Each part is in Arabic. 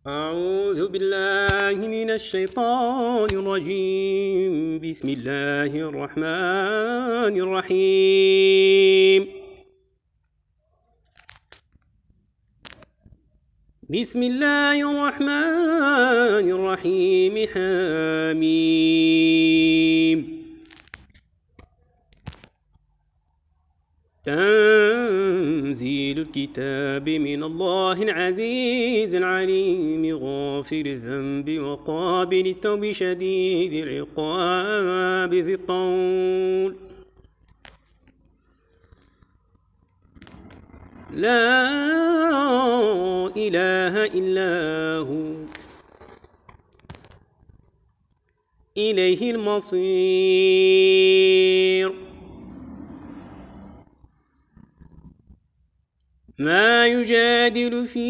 أعوذ بالله من الشيطان الرجيم. بسم الله الرحمن الرحيم. بسم الله الرحمن الرحيم. حميم. تنزيل الكتاب من الله العزيز العليم غافر الذنب وقابل التوب شديد العقاب ذي الطول. لا إله إلا هو إليه المصير. ما يجادل في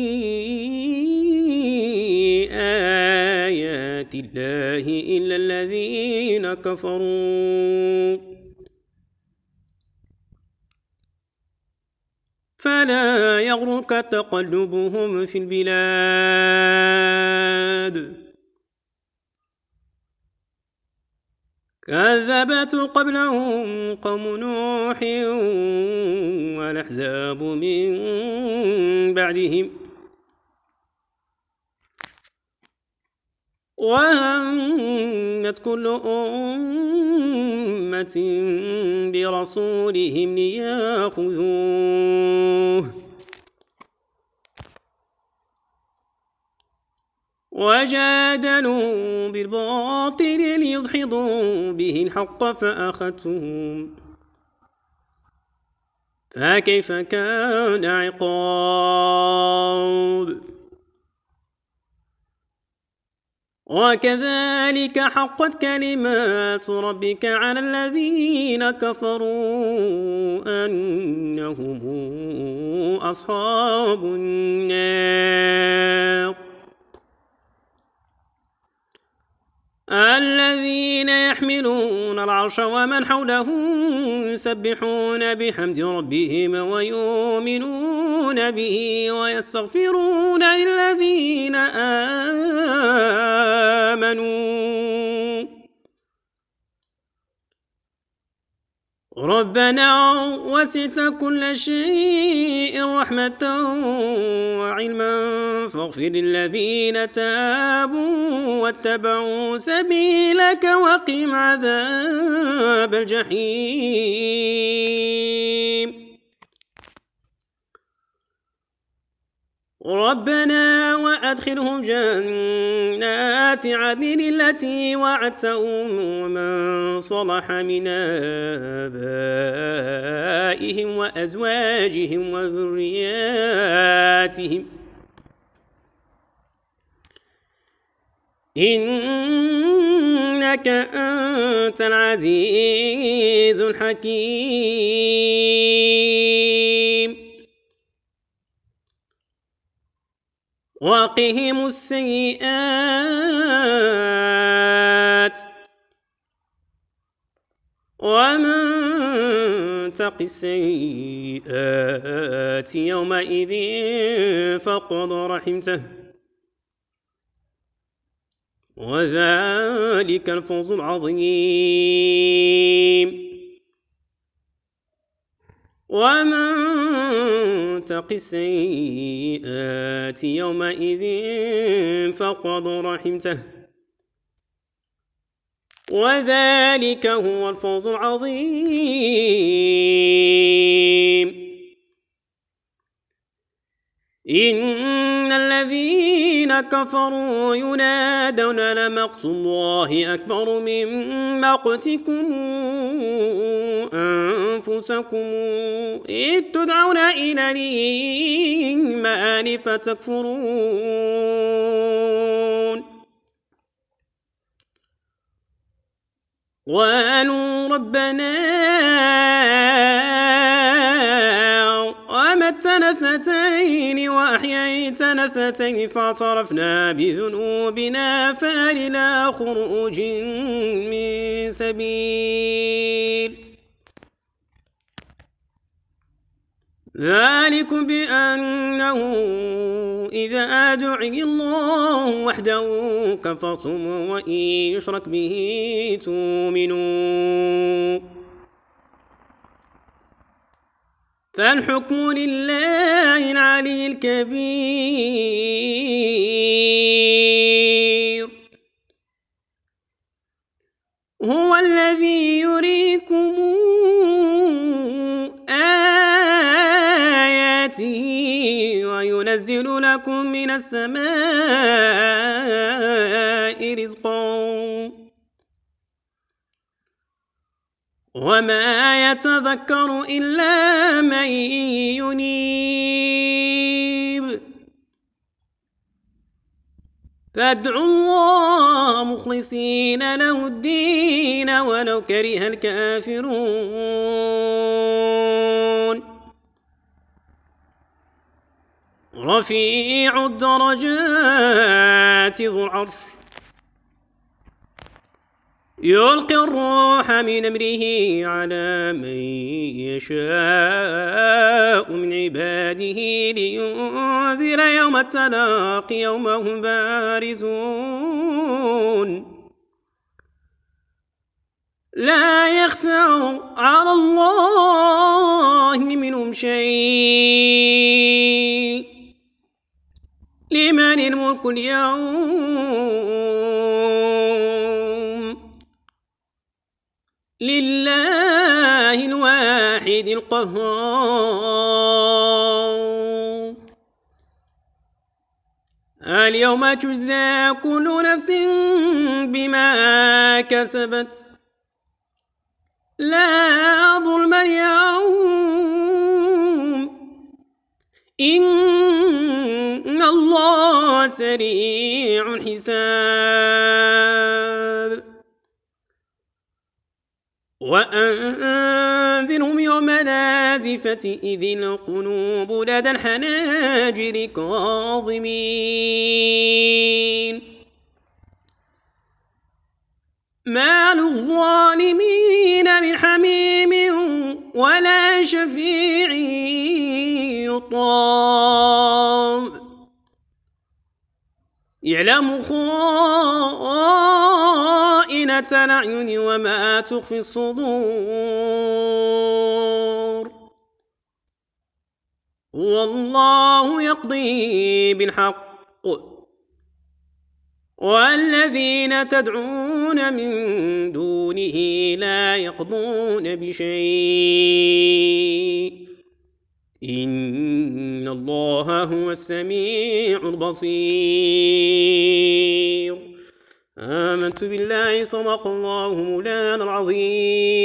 آيات الله إلا الذين كفروا فلا يغرك تقلبهم في البلاد. كذبت قبلهم قوم نوح والأحزاب من بعدهم وهمت كل أمة برسولهم ليأخذوه وجادلوا بالباطل ليدحضوا به الحق فأخذتهم فكيف كان عقاب. وكذلك حقت كلمات ربك على الذين كفروا أنهم أصحاب النار الذين يحملون العرش ومن حوله يسبحون بحمد ربهم ويؤمنون به ويستغفرون للذين آمنوا ربنا وسعت كل شيء رحمة وعلما فاغفر للذين تابوا واتبعوا سبيلك وقهم عذاب الجحيم. ربنا وأدخلهم جنات عدن التي وعدتهم ومن صلح من آبائهم وأزواجهم وذرياتهم إنك أنت العزيز الحكيم. وقهم السيئات ومن تق السيئات يومئذ فقد رحمته وذلك الفوز العظيم. ومن تق السيئات يومئذ فقد رحمته وذلك هو الفوز العظيم. إن الذين كفروا ينادون لمقت الله أكبر من مقتكم أنفسكم إذ تدعون إلى الإيمان فتكفرون قالوا ربنا أمتنا اثنتين وأحييتنا اثنتين فاعترفنا بذنوبنا فهل إلى خروج من سبيل ذلك بأنه إذا دعي الله وحده كفرتم وإن يشرك به تؤمنوا فالحكم لله العلي الكبير هو الذي يريكم آياته وينزل لكم من السماء رزقا وما يتذكر إلا من ينيب فادعوا الله مخلصين له الدين ولو كره الكافرون رفيع الدرجات ذو العرش يلقي الروح من أمره على من يشاء من عباده لينذر يوم التلاق يوم هم بارزون لا يخفى على الله منهم شيء لمن الملك اليوم لله الواحد القهار اليوم تجزى كل نفس بما كسبت لا ظلم اليوم إن الله سريع الحساب وأنذرهم يوم الآزفة إذ القلوب لدى الحناجر كاظمين ما للظالمين من حميم ولا شفيع يطاع يعلم خائنة الأعين وما تخفي الصدور والله يقضي بالحق والذين تدعون من دونه لا يقضون بشيء إن الله هو السميع البصير آمنت بالله صدق الله مولانا العظيم